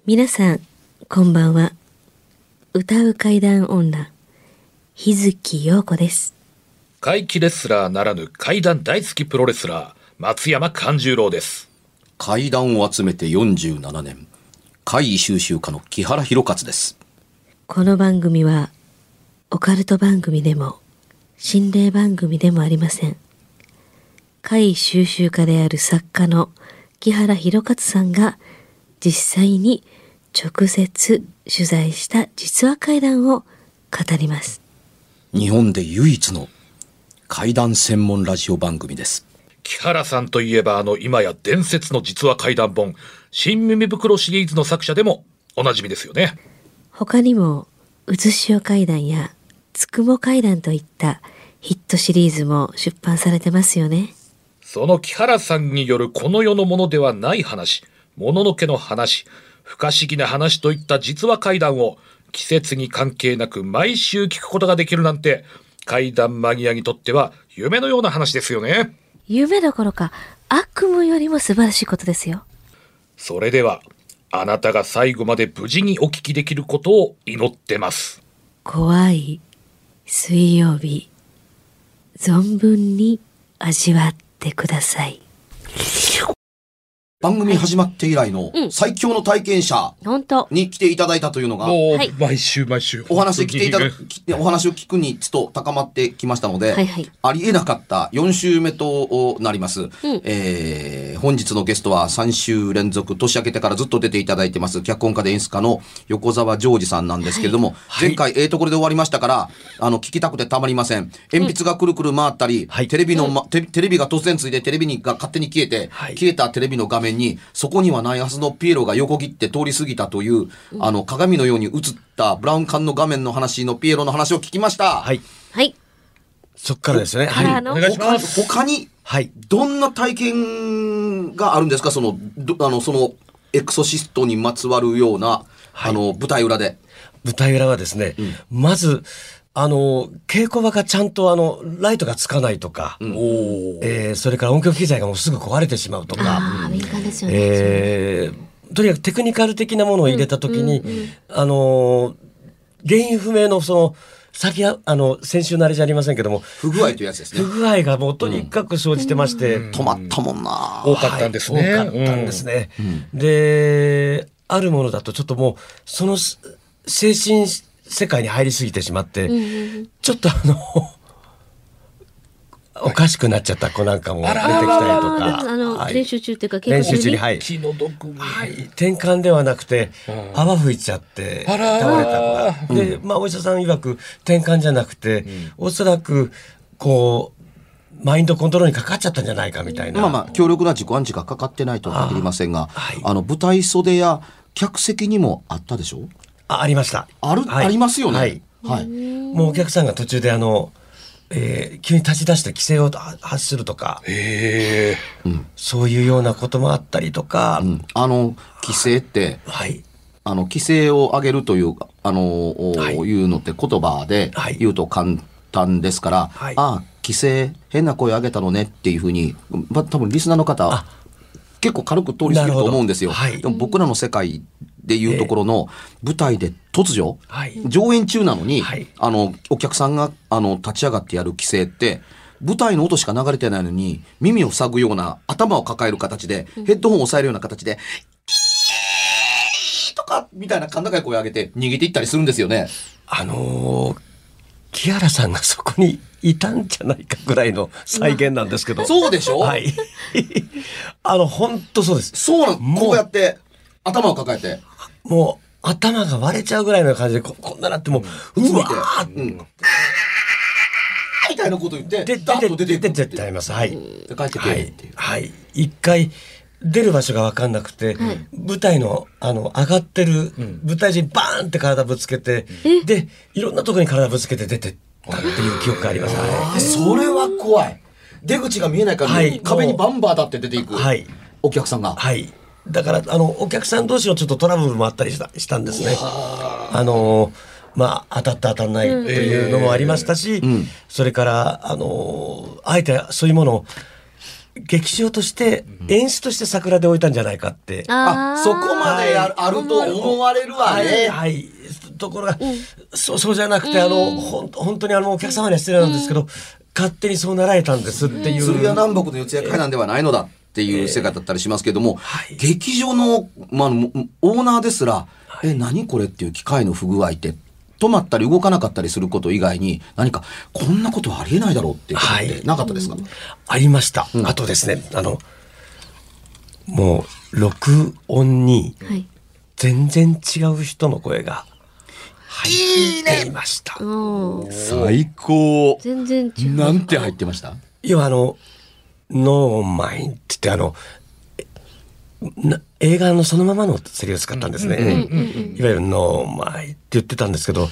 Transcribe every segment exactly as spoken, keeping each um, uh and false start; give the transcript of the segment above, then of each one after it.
皆さんこんばんは。歌う怪談女日月陽子です。 怪奇レスラーならぬ怪談大好きプロレスラー松山勘十郎です。 怪談を集めてよんじゅうななねん、怪異収集家の木原博勝です。 この番組はオカルト番組でも心霊番組でもありません。怪異収集家である作家の木原博勝さんが実際に直接取材した実話怪談を語ります。 日本で唯一の怪談専門ラジオ番組です。 木原さんといえばあの今や伝説の実話怪談本新耳袋シリーズの作者でもおなじみですよね。 他にもうずしお怪談やつくも怪談といったヒットシリーズも出版されてますよね。 その木原さんによるこの世のものではない話、もののけの話、不可思議な話といった実話怪談を季節に関係なく毎週聞くことができるなんて怪談マニアにとっては夢のような話ですよね。 夢どころか悪夢よりも素晴らしいことですよ。 それではあなたが最後まで無事にお聞きできることを祈ってます。 怖い水曜日、存分に味わってください。 番組始まって以来の最強の体験者に来ていただいたというのが、 もう毎週毎週お話来ていただお話を聞くにつと高まってきましたので、はいはい、ありえなかったよん週目となります、うん、えー、本日のゲストはさん週連続年明けてからずっと出ていただいてます脚本家で演出家の横澤ジョージさんなんですけれども、はい、前回ええところで終わりましたからあの聞きたくてたまりません。鉛筆がくるくる回ったり、うん、テレビの、ま、テ, テレビが突然ついてテレビにが勝手に消えて、はい、消えたテレビの画面にそこにはないはずのピエロが横切って通り過ぎたという、うん、あの鏡のように映ったブラウン管の画面の話のピエロの話を聞きました。 はい。 はい。 そっからですね。 はい。 お願いします。 他に、はい、どんな体験があるんですか？その、あの、そのエクソシストにまつわるような、はい、あの舞台裏で。 舞台裏はですね、うん、まず。あの稽古場がちゃんとあのライトがつかないとか、うん、えー、それから音響機材がもうすぐ壊れてしまうとか、 あ、敏感ですよね、 えー、とにかくテクニカル的なものを入れたときに、うんうんうん、あの原因不明のその先あの先週のあれじゃありませんけども不具合というやつですね。 不具合がもうとにかく生じてまして、 うん、止まったもんな。 多かったんですね。 はい、多かったんですね、うん、であるものだとちょっともうその精神世界に入りすぎてしまって、うんうん、ちょっとあのおかしくなっちゃった子なんかも出てきたりとか、 あの、はい、練習中っていうか練習中に、はい、 気の毒はい、転換ではなくて泡吹いちゃって倒れた子がで、まあ、お医者さん曰く転換じゃなくて、うん、おそらくこうマインドコントロールにかかっちゃったんじゃないかみたいな、 まあまあ強力な自己暗示がかかってないとは限りませんが、あ、はい、あの舞台袖や客席にもあったでしょ？ あ, ありました。 ある、はい、ありますよね。はい。 はい、もうお客さんが途中であの、えー、急に立ち出して規制を発するとか、 へー、 うん、そういうようなこともあったりとか、 うん、あの規制って、はい、あの規制を上げるというあの、はい、いうのって言葉で言うと簡単ですから、はい、ああ規制変な声上げたのねっていうふうに、ま、多分リスナーの方結構軽く通り過ぎると思うんですよ。はい、でも僕らの世界でいうところの舞台で突如、はい、上演中なのに、はい、あのお客さんがあの立ち上がってやる規制って舞台の音しか流れてないのに耳を塞ぐような頭を抱える形で、うん、ヘッドホンを押さえるような形でとかみたいな甲高い声を上げて逃げていったりするんですよね。 あのー、木原さんがそこにいたんじゃないかぐらいの再現なんですけど、 そうでしょ。 はいあの本当そうです。 そうなん、こうやって頭を抱えてもう頭が割れちゃうぐらいの感じで こ, こんななってもう、うん、うわーって、うん、 みたいなこと言ってでダッと出て出てってあります。はい。 で帰ってけっていう、 はい、はい、一回出る場所が分かんなくて、はい、舞台のあの上がってる、うん、舞台上にバーンって体ぶつけて、うん、でいろんなところに体ぶつけて出てったっていう記憶があります。 はい、それは怖い。出口が見えないから、ね、はい、壁にバンバーだって出ていく、はい、お客さんが、 はい、だからあのお客さん同士のちょっとトラブルもあったり した, したんですね。あのまあ当たって当たらないというのもありましたし、うん、それからあのあえてそういうものを劇場として演出として桜で置いたんじゃないかって、 うん、あそこまで あ,、はい、あると思われるわね、 はいはい、ところが、うん、そうそうじゃなくて、あのほん本当にあのお客様には失礼なんですけど、うん、勝手にそうなられたんですっていう、 鶴屋南北の四谷怪談ではないのだっていう世界だったりしますけども、えーはい、劇場の、まあ、オーナーですら、はい、え何これっていう機械の不具合って止まったり動かなかったりすること以外に何かこんなことはありえないだろうっていうことってなかったですか？はい、 ありました、うん、あとですね、あのもう録音に全然違う人の声が入っていました。いいね、最高。 全然違う。 なんて入ってました？ 要はあのノーマインって言ってあのな映画のそのままのセリフを使ったんですね、うんうんうん、いわゆるノーマイって言ってたんですけど、うん、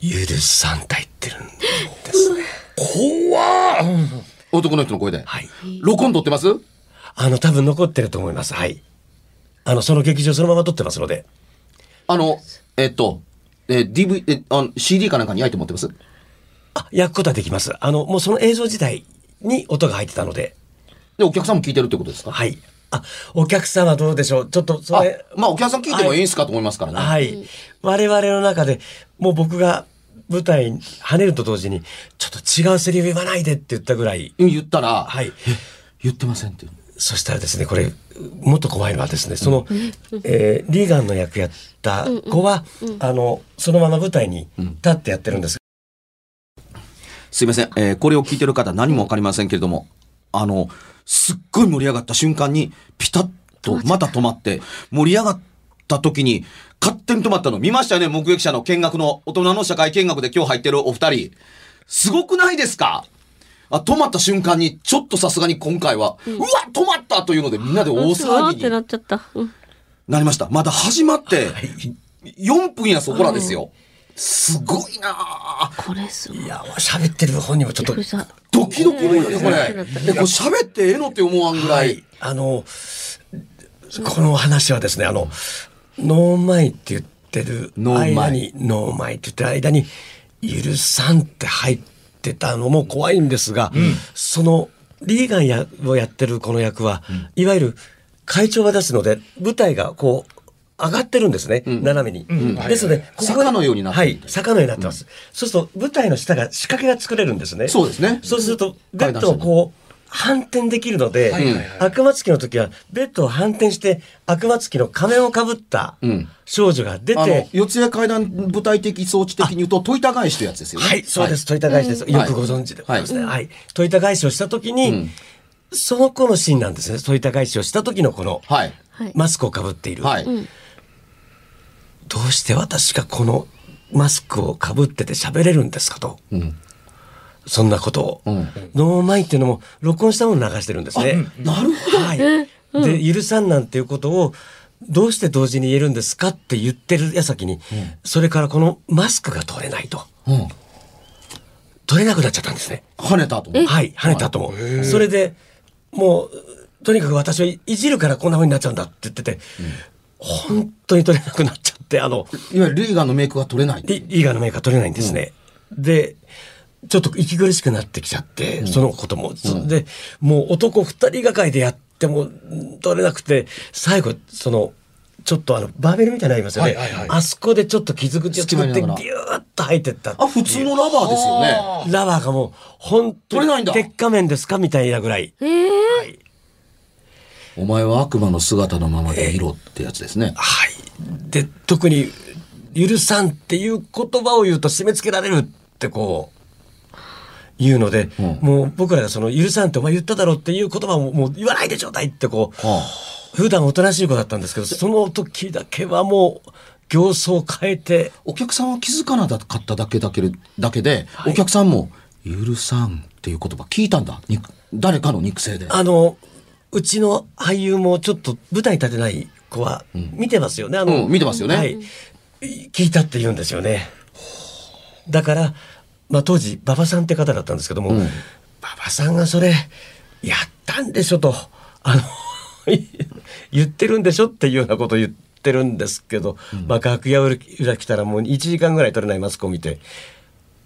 許さんって言ってるんですね。 怖ー、男の人の声で、はい、録音撮ってます？ あの多分残ってると思います。はい、あのその劇場そのまま撮ってますので、 あのえっと、えー、ディーブイ えあの シーディー かなんかに焼いて持ってます？ あ、焼くことはできます。あのもうその映像自体に音が入ってたので。 でお客さんも聞いてるってことですか？ はい。あ、お客さんはどうでしょう。ちょっとそれ、 まあお客さん聞いても演出かと思いますからね。 はい。はい、我々の中でもう僕が舞台に跳ねると同時にちょっと違うセリフ言わないでって言ったぐらい。 言ったら、 はい。 言ってませんって。 そしたらですね、これもっと怖いのはですね、その、うん、えー、リーガンの役やった子は、うんうん、あのそのまま舞台に立ってやってるんです。 うん、すいません、えー、これを聞いてる方何もわかりませんけれども、あのすっごい盛り上がった瞬間にピタッとまた止まって盛り上がった時に勝手に止まったの見ましたよね。目撃者の見学の大人の社会見学で今日入ってるお二人すごくないですか？あ、止まった瞬間にちょっとさすがに今回は、うん、うわ止まったというのでみんなで大騒ぎになっちゃった、うん、なりました。まだ始まってよんぷんやそこらですよ、うん、すごいなこれすごい。 いや喋ってる本人もちょっとドキドキもいいねこれ。えこれ喋ってええのって思わんぐらい、はい、 あのこの話はですね、あのノーマイって言ってる間にノーマイって言ってる間に許さんって入ってたのも怖いんですが、うん、そのリーガンやをやってるこの役は、うん、いわゆる会長が出すので舞台がこう上がってるんですね、うん、斜めに、うん、ですので、ここ坂のようになってる、 はい、坂のようになってます、うん、そうすると舞台の下が仕掛けが作れるんですね。 そうですね。 そうするとベッドをこう反転できるので、はいはいはい、悪魔付きの時はベッドを反転して悪魔付きの仮面をかぶった少女が出て、うん、あの四谷怪談舞台的装置的に言うと戸板返しというやつですよね。 はい、そうです、戸板返しです、うん、よくご存知でございますね、はいはい、戸板返しをした時に、うん、その子のシーンなんですね。戸板返しをした時のこの、はい、マスクをかぶっている、はい、どうして私がこのマスクをかぶってて喋れるんですかと、うん、そんなことを、うん、ノーマイっていうのも録音したものを流してるんですね。 なるほど、 はい、で許さんなんていうことをどうして同時に言えるんですかって言ってる矢先に、うん、それからこのマスクが取れないと、うん、取れなくなっちゃったんですね。 跳ねたと思う。はい、跳ねたと思う。それでもうとにかく私をいじるからこんな風になっちゃうんだって言ってて、うん、本当に取れなくなっちゃって、あのいわゆるリーガンのメイクが取れない。 リーガンのメイクが取れないんですね、うん、でちょっと息苦しくなってきちゃって、うん、そのことも、うん、でもう男二人がかりでやっても取れなくて、最後そのちょっとあのバーベルみたいになりますよね、はいはいはい、あそこでちょっと傷口を作ってギューッと入ってった。 あ、普通のラバーですよね。 ラバーがもう本当に鉄仮面ですかみたいなぐらい、えーはい、 お前は悪魔の姿のままでいろってやつですね、 えー、はい。で特に許さんっていう言葉を言うと締め付けられるってこう言うので、うん、もう僕らがその許さんってお前言っただろうっていう言葉をもう言わないでちょうだいってこう、はあ、普段おとなしい子だったんですけど、その時だけはもう形相を変えて、 お客さんは気づかなかっただけだけだけで、はい、お客さんも許さんっていう言葉聞いたんだ。誰かの肉声で。 あのうちの俳優もちょっと舞台立てない子は見てますよね、うん、あの、 うん、見てますよね、 はい、聞いたって言うんですよね。だからまあ、当時馬場さんって方だったんですけども、うん、馬場さんがそれやったんでしょとあの言ってるんでしょっていうようなことを言ってるんですけど、うん、まあ、楽屋裏来たらもういちじかんぐらい取れないマスクを見て、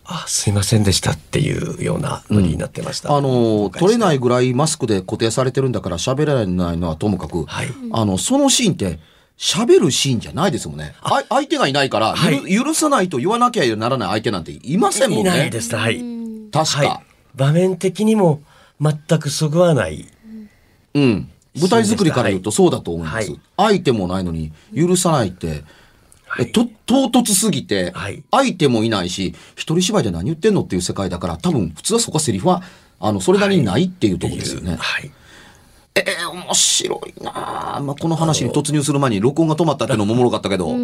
あ、すいませんでしたっていうようなノリになってました。 うん、あの取れないぐらいマスクで固定されてるんだから喋らないのはともかく、はい、あのそのシーンって喋るシーンじゃないですもんね。あ相手がいないから、はい、許さないと言わなきゃならない相手なんていませんもんね。 いないです。はい。 確か、はい、 場面的にも全くそぐわない。 うん。舞台作りから言うとそうだと思います。はい、相手もないのに許さないって、はい、と唐突すぎて、はい、相手もいないし一人芝居で何言ってんのっていう世界だから、多分普通はそこはセリフはあのそれなりにないっていうところですよね。はいはい、えー、面白いなあ、まあ、この話に突入する前に録音が止まったっていうのもおもろかったけど、うん、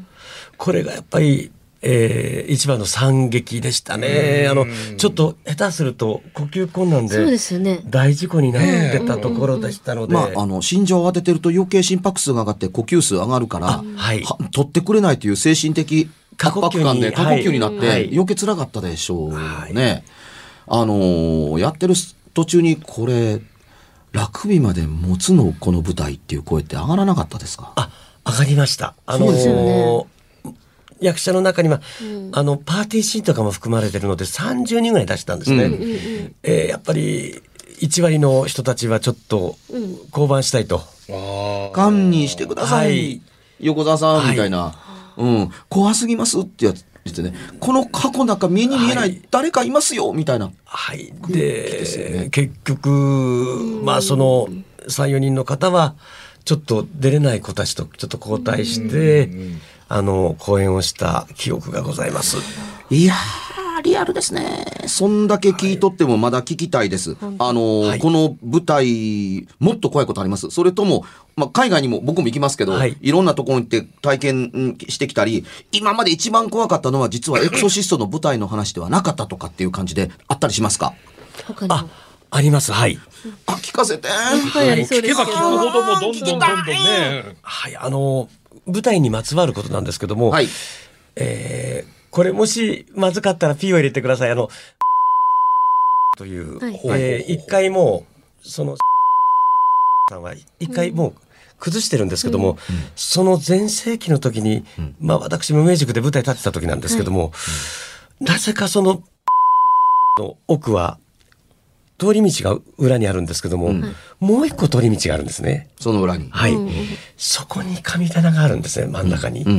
これがやっぱり、えー、一番の惨劇でしたね。あのちょっと下手すると呼吸困難でそうですよね、大事故になってたところでしたので、 まあ、あの心臓を当ててると余計心拍数が上がって呼吸数上がるから、はい、取ってくれないという精神的圧迫感で過呼吸になって、はい、余計辛かったでしょうね。はい、あのー、やってる途中にこれ楽日まで持つのこの舞台っていう声って上がらなかったですか？ あ、上がりました。あのー、そうですよね。役者の中には、うん、あのパーティーシーンとかも含まれてるのでさんじゅうにんぐらい出したんですね。うん、えー、やっぱりいち割の人たちはちょっと降板したいと。 勘にしてください、はい、横澤さんみたいな、はい、うん、怖すぎますってやつですね。この過去なんか目に見えない誰かいますよみたいな。 はい。で、ね、結局まあそのさん、よにんの方はちょっと出れない子たちとちょっと交代して、あの講演をした記憶がございます。 いやーリアルですね。そんだけ聞いとってもまだ聞きたいです。はい、あの、はい、この舞台もっと怖いことあります？それとも、まあ、海外にも僕も行きますけど、はい、いろんなところに行って体験してきたり、今まで一番怖かったのは実はエクソシストの舞台の話ではなかったとかっていう感じであったりしますか？ あ、あります。はい。 あ、聞かせて。 はい、聞けば聞くほどもどんどんどんどんね。 はい、あの舞台にまつわることなんですけども、はい、えー、これもしまずかったら P を入れてください。あのという、はい、えー、一回もうそのさんは一回もう崩してるんですけども、うん、その全盛期の時に、うん、まあ私無名塾で舞台立ってた時なんですけども、はい、なぜかそのの奥は通り道が裏にあるんですけども、うん、もう一個通り道があるんですね。 その裏に。 はい。うん、そこに神棚があるんですね、真ん中に。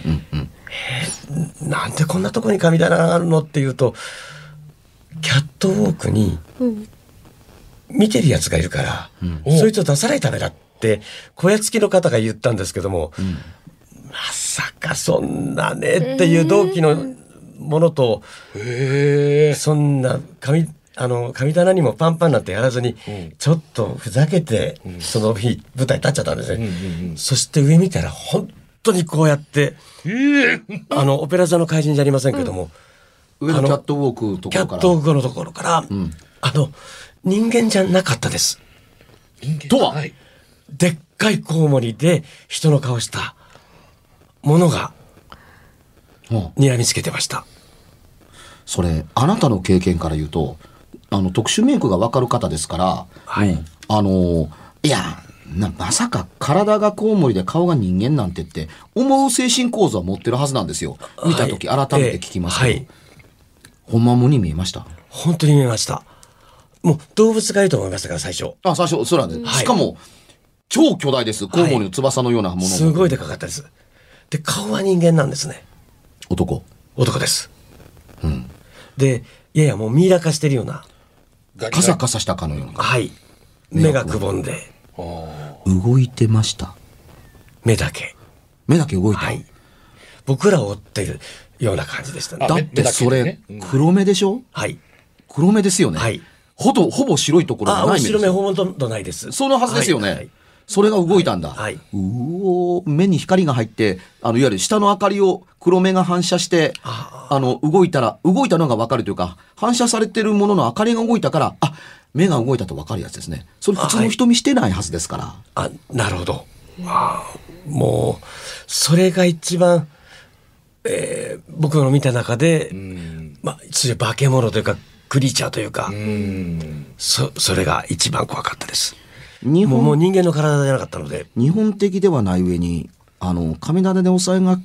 なんでこんなとこに神棚があるのっていうと、キャットウォークに見てるやつがいるから、うん、そいつを出さないためだって小屋付きの方が言ったんですけども、うん、まさかそんなねっていう同期のものと、えー、そんな神あの神棚にもパンパンなんてやらずに、うん、ちょっとふざけて、うん、その日舞台立っちゃったんですね、うんうんうん、そして上見たら本当にこうやって、えー、あのオペラ座の怪人じゃありませんけども、 うん、上のキャットウォークところからキャットウォークのところから、うん、あの人間じゃなかったです。 人間とは、はい、でっかいコウモリで人の顔したものが睨みつけてました、うん、 それあなたの経験から言うとあの特殊メイクが分かる方ですから、はい、うん、あのいやなまさか体がコウモリで顔が人間なんてって思う精神構造は持ってるはずなんですよ。見た時改めて聞きますけど、はいえー、ほんまもに見えました？ 本当に見えました。もう動物がいいと思いましたから最初。 あ、最初そうなんです、はい、しかも超巨大です。コウモリの翼のようなもの、はい、 すごいでかかったです。で顔は人間なんですね。 男男です、うん、でいやいやもうミイラ化してるようなカサカサしたかのような、 はい、目がくぼんで動いてました。 目だけ目だけ動いた、はい、 僕らを追ってるような感じでしたね。 だってそれ黒目でしょ。はい、黒目ですよね、はい、ほぼほぼ白いところがない目ですよ。 白目ほとんどないです。 そのはずですよね、はいはい、それが動いたんだ、はいはい、うお目に光が入ってあのいわゆる下の明かりを黒目が反射してああの動いたら動いたのが分かるというか反射されてるものの明かりが動いたからあ目が動いたと分かるやつですね。それ普通の瞳してないはずですから。 あ、はい、あなるほど。あもうそれが一番、えー、僕の見た中で、うんまあ、そういう化け物というかクリーチャーというかうんそ, それが一番怖かったです。日本 も, うもう人間の体じゃなかったので日本的ではない上にあの神棚で抑えが効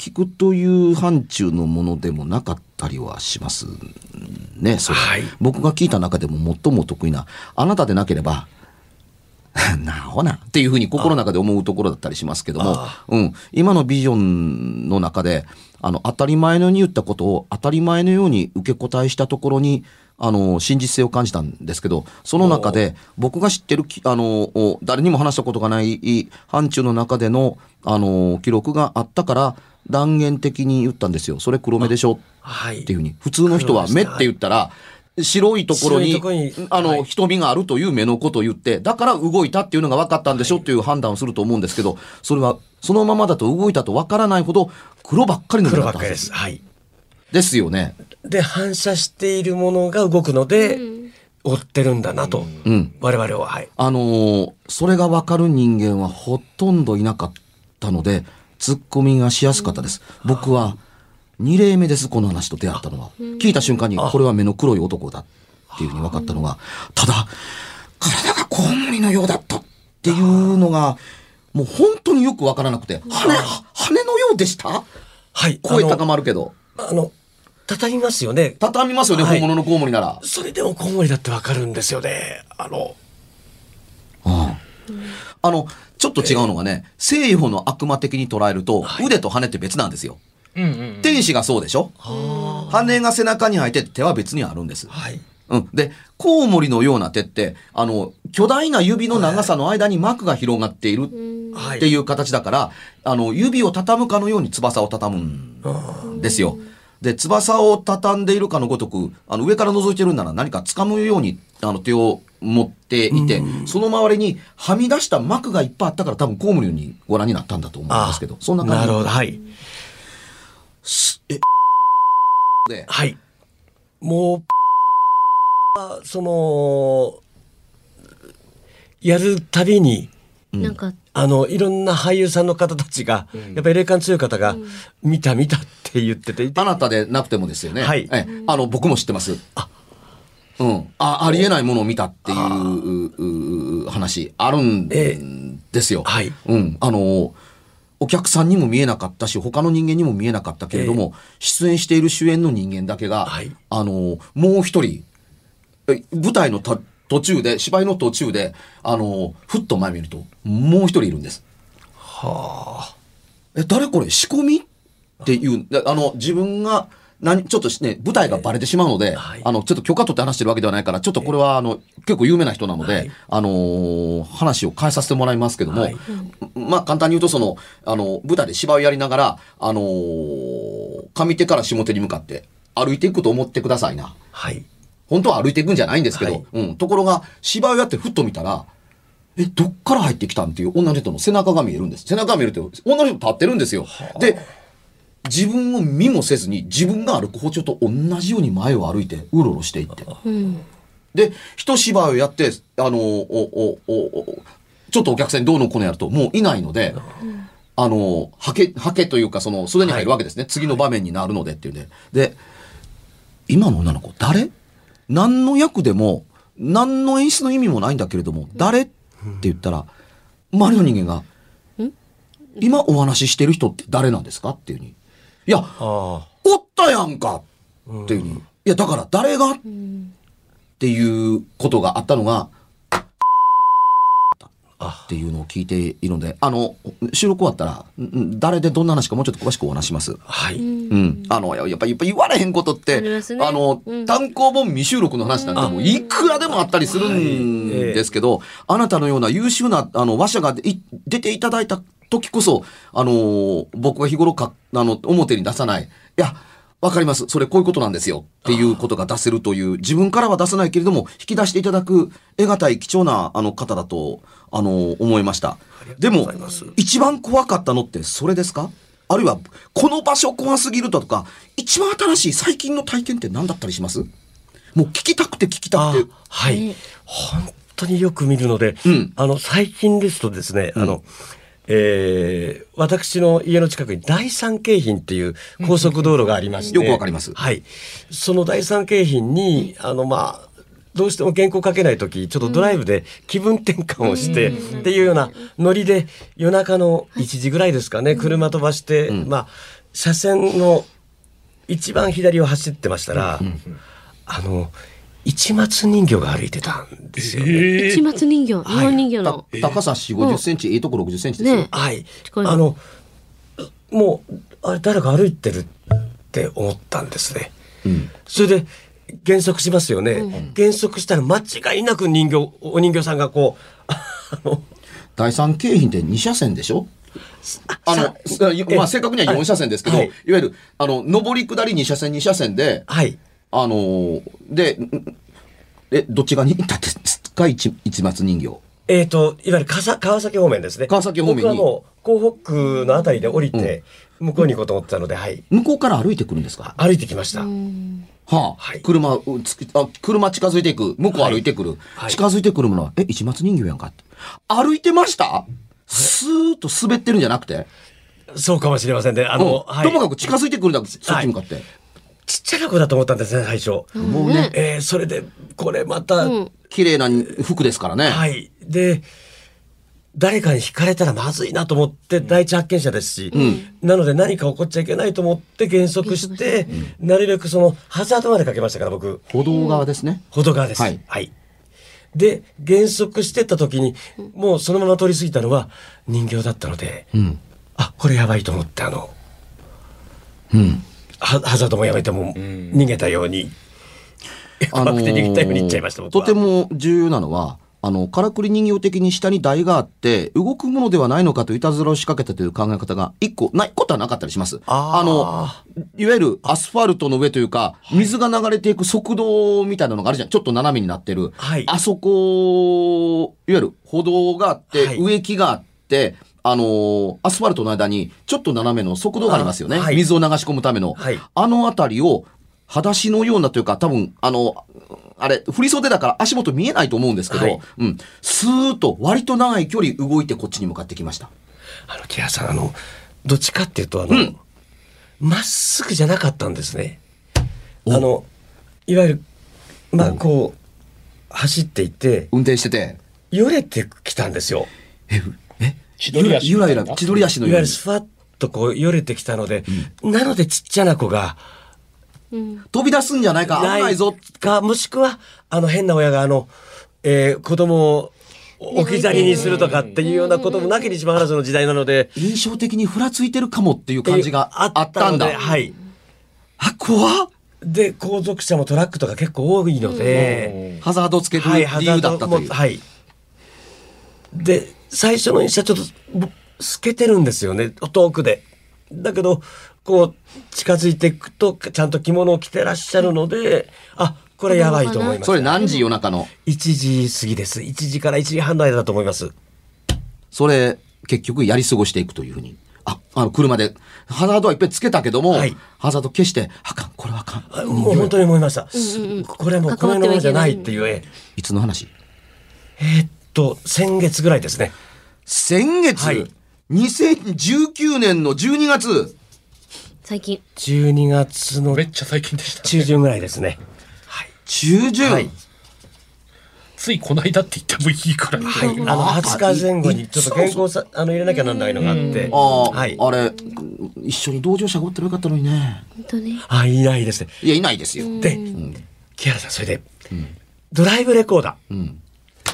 聞くという範疇のものでもなかったりはしますね。それ、はい、僕が聞いた中でも最も得意な、あなたでなければなほなっていうふうに心の中で思うところだったりしますけども、うん、今のビジョンの中であの当たり前のように言ったことを当たり前のように受け答えしたところにあの真実性を感じたんですけど、その中で僕が知ってるあの誰にも話したことがない範疇の中でのあの記録があったから断言的に言ったんですよ。それ黒目でしょ、はい、っていうふうに。普通の人は目って言ったら白いところに、にあの、はい、瞳があるという目のことを言って、だから動いたっていうのが分かったんでしょっていう判断をすると思うんですけど、それはそのままだと動いたと分からないほど黒ばっかりの目だったんです。黒ばっかりです。はい。ですよね。 で、反射しているものが動くので、うん、追ってるんだなと、うん、我々は、はい。 あのー、それが分かる人間はほとんどいなかったので、ツッコミがしやすかったです。うん、僕は、に例目です、この話と出会ったのは。聞いた瞬間に、これは目の黒い男だっていうふうに分かったのが、ただ、体がコウモリのようだったっていうのが、もう本当によく分からなくて、羽、羽のようでした？はい。声高まるけど。 あの、畳みますよね。 畳みますよね、はい、本物のコウモリなら。 それでもコウモリだって分かるんですよね。あの、 ああ、あの、ちょっと違うのがね、西洋の悪魔的に捉えると、腕と羽って別なんですよ。うんうんうん、天使がそうでしょ。羽が背中に生えて手は別にあるんです。はい、うん、でコウモリのような手ってあの巨大な指の長さの間に膜が広がっているっていう形だから、はい、あの指を畳むかのように翼を畳むんですよ。で翼を畳んでいるかのごとくあの上から覗いてるんなら何か掴むようにあの手を持っていて、その周りにはみ出した膜がいっぱいあったから多分コウモリにご覧になったんだと思うんですけど、そんな感じ。 なるほど、はい。 えではい。もう、その、やるたびに、なんか、あの、いろんな俳優さんの方たちが、うん、やっぱり霊感強い方が、うん、見た見たって言ってて。 あなたでなくてもですよね。はい。え、あの、僕も知ってます。あ、うん。あ、ありえないものを見たっていう話、あるんですよ。えー、はい。うん。あの、お客さんにも見えなかったし他の人間にも見えなかったけれども、えー、出演している主演の人間だけが、はい、あのもう一人舞台の途中で芝居の途中であのふっと前見るともう一人いるんです。はあ。え誰これ仕込みっていうあの自分が何ちょっとね舞台がバレてしまうので、えーはい、あのちょっと許可取って話してるわけではないからちょっとこれはあの結構有名な人なので、はい、あのー、話を変えさせてもらいますけども、はい、まあ簡単に言うとそのあの舞台で芝居をやりながらあのー、上手から下手に向かって歩いていくと思ってくださいな。はい。本当は歩いていくんじゃないんですけど、はい、うん。ところが芝居をやってふっと見たらえどっから入ってきたんっていう女の人の背中が見えるんです。背中が見えるって女の人立ってるんですよ。で自分を見もせずに自分が歩く包丁と同じように前を歩いてうろうろしていって、うん、で一芝居をやってあのおおおちょっとお客さんにどうのこうのやるともういないので、うん、あのはけはけというかその袖に入るわけですね、はい、次の場面になるのでっていうんで、で今の女の子誰何の役でも何の演出の意味もないんだけれども、うん、誰って言ったら周りの人間が、うん、今お話ししてる人って誰なんですかっていうふうにいや、おったやんかっていうふうに、うん、いやだから誰が、うん、っていうことがあったのがっていうのを聞いているので、あの収録終わったら誰でどんな話かもうちょっと詳しくお話します。はい。うん。あのやっぱり言われへんことって あ,、ね、あの、うん、単行本未収録の話なんてもういくらでもあったりするんですけど、はいえー、あなたのような優秀なあの話者が出ていただいた時こそあのー、僕が日頃かあの表に出さないいやわかりますそれこういうことなんですよっていうことが出せるという自分からは出さないけれども引き出していただく得難い貴重なあの方だとあのー、思いました。でも一番怖かったのってそれですか？あるいはこの場所怖すぎるとか一番新しい最近の体験って何だったりします？もう聞きたくて聞きたくてはい、本当によく見るので、うん、あの最近ですとですね、うん、あのえー、私の家の近くに第三京浜っていう高速道路がありまして、 よくわかります。 はい。その第三京浜に、あの、まあ、どうしても原稿書けないとき、ちょっとドライブで気分転換をして、っていうようなノリで、夜中のいちじぐらいですかね、車飛ばして、まあ、 車線の一番左を走ってましたら、うんうん、あの市松人形が歩いてたんですよね。えー、市松人形、日本人形の、 はい、高さよんじゅう、ごじゅっセンチ、ええところくじゅっセンチですよ、ね、 はい。あのもうあれ誰か歩いてるって思ったんですね。うん、それで減速しますよね。うん、減速したら間違いなく人形お人形さんがこうあの第三京浜ってに車線でしょ。あのまあ正確にはよん車線ですけど、はい、いわゆるあの上り下りに車線に車線で、はい、あのー、でえどっち側に行ったってか市松人形。 えっ、ー、といわゆる川崎方面ですね。 川崎方面に。僕はもう港北区のあたりで降りて、うん、向こうに行こうと思ったので、はい。 向こうから歩いてくるんですか。 歩いてきました。 はあ、はい、車あ車近づいていく向こう歩いてくる、はいはい、近づいてくるものはえ市松人形やんかって歩いてました。スーッと滑ってるんじゃなくて。 そうかもしれませんね。あの、 うんはい、ともかく近づいてくるんだ、そっち向かって、はい、 ちっちゃな子だと思ったんですね最初。もうね、えー、それでこれまた、うん、 綺麗な服ですからね。 はいで誰かに惹かれたらまずいなと思って第一発見者ですし、うん、なので何か起こっちゃいけないと思って減速して、うん、なるべくそのハザードまでかけましたから僕。 歩道側ですね。 歩道側です。はい。はい、で減速してった時にもうそのまま通り過ぎたのは人形だったので、うん、あこれやばいと思ってあの、うん、ハ, ハザードもやめても逃げたように、うん、怖くて逃げたように言っちゃいました。 あのー、とても重要なのはあのからくり人形的に下に台があって動くものではないのかといたずらを仕掛けたという考え方が一個ないことはなかったりします。ああのいわゆるアスファルトの上というか水が流れていく側道みたいなのがあるじゃん。ちょっと斜めになってる、はい、あそこいわゆる歩道があって、はい、植木があってあのアスファルトの間にちょっと斜めの側道がありますよね、はい、水を流し込むための、はい、あのあたりを裸足のようなというか多分あのあれ振り袖だから足元見えないと思うんですけど、はいうん、スーッと割と長い距離動いてこっちに向かってきました。 あの木原さんあのどっちかっていうとあの、うん、まっすぐじゃなかったんですね。あのいわゆるまあこう走っていって運転しててよれてきたんですよ。 ええ千鳥足ゆらゆら千鳥足のようにいわゆるスファッとこうよれてきたので、うん、なのでちっちゃな子がうん、飛び出すんじゃないか危ないぞかもしくはあの変な親があの、えー、子供を置き去りにするとかっていうようなこともなきにしもあらずの時代なので印象的にふらついてるかもっていう感じがあったんだ。 はい。 あ怖っ。 で後続車もトラックとか結構多いので、 うん、ハザードつける理由だったという、 はい、で最初の印象ちょっと透けてるんですよね遠くで。だけどこう近づいていくとちゃんと着物を着てらっしゃるのであこれやばいと思います。 それ何時夜中のいちじ過ぎです。いちじからいちじはんの間だと思います。 それ結局やり過ごしていくというふうにああの車でハザードはいっぱいつけたけども、はい、ハザード消してあかんこれはあかんもう本当に思いました、うんうん、これはもうこのままじゃないっていう。 いつの話？ えー、っと先月ぐらいですね。 先月、はい、にせんじゅうきゅうねんのじゅうにがつ最近じゅうにがつのめっちゃ最近でした、ね、 中旬ぐらいですね。 はい、中旬、はい、 ついこの間って言ってもいいくらい、 はい、あのはつかぜん後にちょっと健康さあの入れなきゃなんないのがあってあ、はい、あれ一緒に同乗者がおったらよかったのにね。 本当ね。 あいないですね。 いやいないですよ。 で、うん、木原さんそれで、うん、ドライブレコーダー、うん、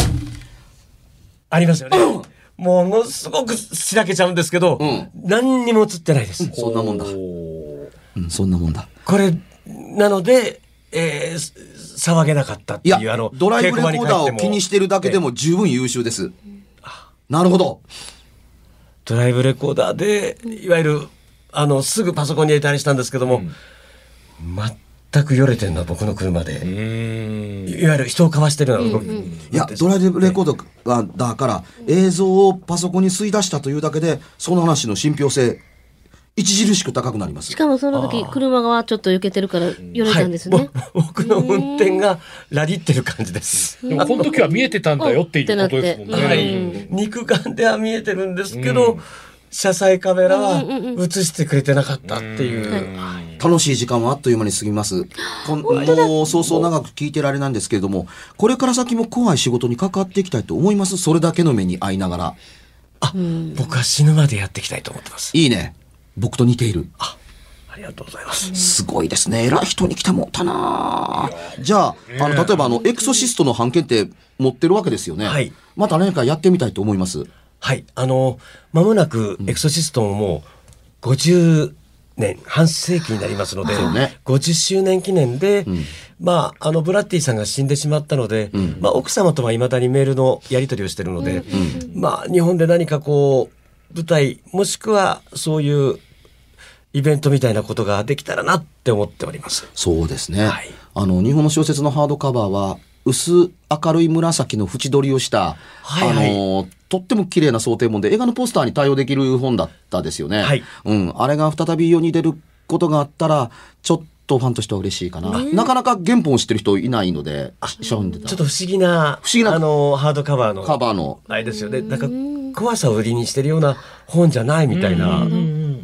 ありますよね。ものすごくしらけちゃうんですけど、うん、何にも映ってないです、 うん、そんなもんだ、うん、そんなもんだこれなので、えー、騒げなかったっていう。いやあのドライブレコーダーを気にしてるだけでも十分優秀です、なるほど。 ドライブレコーダーでいわゆるあのすぐパソコンに入れたりしたんですけども、うん、全くよれてるのは僕の車で、いわゆる人をかわしてるのは動き、うんうん、いやドライブレコーダーだから映像をパソコンに吸い出したというだけでその話の信憑性著しく高くなります。 しかもその時車がちょっと避けてるからよれたんですね、はい、 僕の運転がラリってる感じです。 でもこの時は見えてたんだよっていうことですもんね、 はい、肉眼では見えてるんですけど、うん、車載カメラは映してくれてなかったっていう、うんはい、楽しい時間はあっという間に過ぎます。こんもうそうそう長く聞いてられないんですけれどもこれから先も怖い仕事に関わっていきたいと思います。それだけの目に遭いながらあ、うん、僕は死ぬまでやっていきたいと思ってます。 いいね僕と似ている。 あありがとうございます。 すごいですね。偉い人に来てもったな。じゃあ、あの、例えばあの、エクソシストの版権って持ってるわけですよね。はい。また何かやってみたいと思います。 はい。あの、間もなくエクソシストももうごじゅうねん、半世紀になりますので、ね、ごじゅっしゅうねん記念で、うん、まあ、あの、ブラッディさんが死んでしまったので、うん、まあ、奥様とは未だにメールのやり取りをしているので、うん、まあ、日本で何かこう、舞台、もしくはそういうイベントみたいなことができたらなって思っております。 そうですね。はい、あの、日本の小説のハードカバーは、薄明るい紫の縁取りをした、はいはい、あのとっても綺麗な想定本で映画のポスターに対応できる本だったですよね、はい、うん、あれが再び世に出ることがあったらちょっとファンとしては嬉しいかな。なかなか原本を知ってる人いないので、 ちょっと不思議な不思議なあのハードカバーのカバーのあれですよね。なんか怖さを売りにしてるような本じゃないみたいな。うん、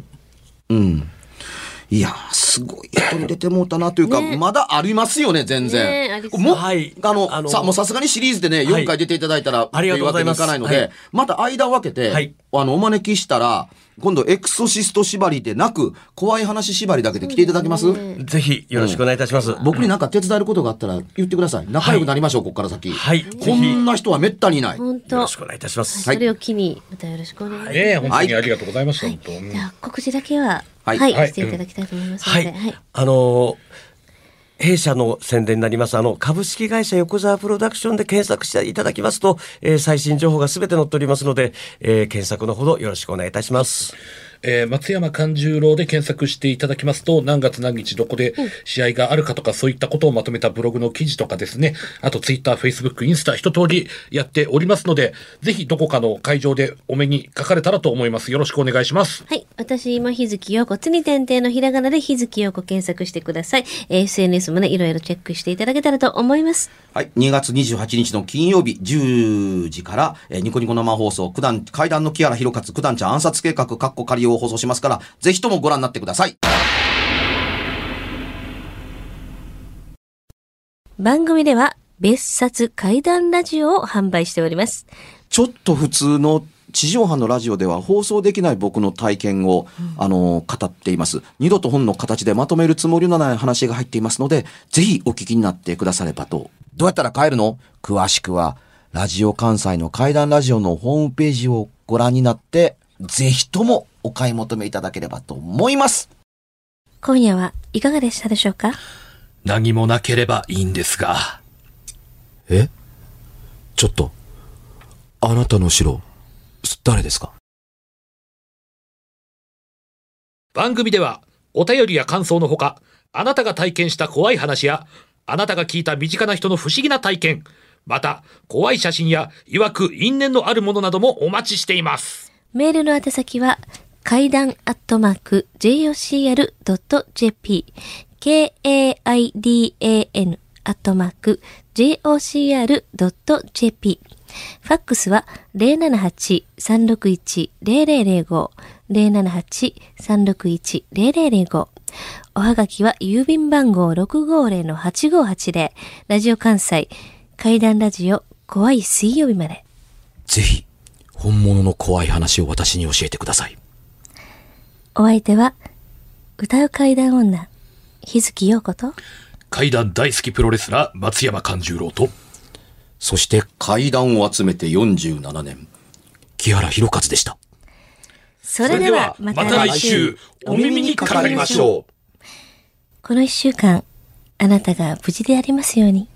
うん、いやすごい人に出てもうたなというか、ね、まだありますよね全然、ね、もう、はい、あの、あのさもうさすがにシリーズでねよんかい出ていただいたら、はい、っていうわけにいかないので、はい、また間を分けて、はい、あのお招きしたら今度エクソシスト縛りでなく怖い話縛りだけで来ていただけます？ ぜひよろしくお願いいたします、 うん、僕になんか手伝えることがあったら言ってください。仲良くなりましょう、はい、ここから先、はい、こんな人はめったにいない。 本当よろしくお願いいたします、 はい、それを機にまたよろしくお願いします、 ね、本当にありがとうございました、はい、 本当。じゃあ告知だけははい、はい、していただきたいと思いますので、はいはい、 あのー弊社の宣伝になりますあの株式会社横澤プロダクションで検索していただきますと、えー、最新情報がすべて載っておりますので、えー、検索のほどよろしくお願いいたします。 えー、松山勘十郎で検索していただきますと何月何日どこで試合があるかとか、うん、そういったことをまとめたブログの記事とかですね、あとツイッター、フェイスブック、インスタ一通りやっておりますので、ぜひどこかの会場でお目にかかれたらと思います。よろしくお願いします。 はい、私今日月陽子つに点々のひらがなで日月陽子検索してください。 エスエヌエス もねいろいろチェックしていただけたらと思います。 はい、にがつにじゅうはちにちの金曜日じゅうじから、えー、ニコニコ生放送九段怪談の木原弘勝九段ちゃん暗殺計画カッコ仮を放送しますから、ぜひともご覧になってください。 番組では別冊怪談ラジオを販売しております。 ちょっと普通の地上波のラジオでは放送できない僕の体験を、うん、あの語っています。二度と本の形でまとめるつもりのない話が入っていますので、ぜひお聞きになってくださればと。どうやったら買えるの？詳しくはラジオ関西の怪談ラジオのホームページをご覧になって、ぜひともお買い求めいただければと思います。 今夜はいかがでしたでしょうか？ 何もなければいいんですが。 え？ちょっと、あなたの城、誰ですか？ 番組ではお便りや感想のほか、あなたが体験した怖い話やあなたが聞いた身近な人の不思議な体験、また怖い写真や曰く因縁のあるものなどもお待ちしています。 メールの宛先は怪談アットマーク ジェイオーシーアールドットジェーピー ケーエーアイディーエーエヌ アットマーク ジェイオーシーアールドットジェーピー。ファックスは ゼロななはち さんろくいち ゼロゼロゼロご ゼロななはち さんろくいち ゼロゼロゼロご。おはがきは郵便番号 ろくごーぜろのはちごーはちぜろ ラジオ関西怪談ラジオ怖い水曜日まで。 ぜひ本物の怖い話を私に教えてください。 お相手は歌う怪談女日月陽子と怪談大好きプロレスラー松山勘十郎と、 そして怪談を集めてよんじゅうななねん木原弘勝でした。 それではまた来週お耳にかかりましょう。 この一週間あなたが無事でありますように。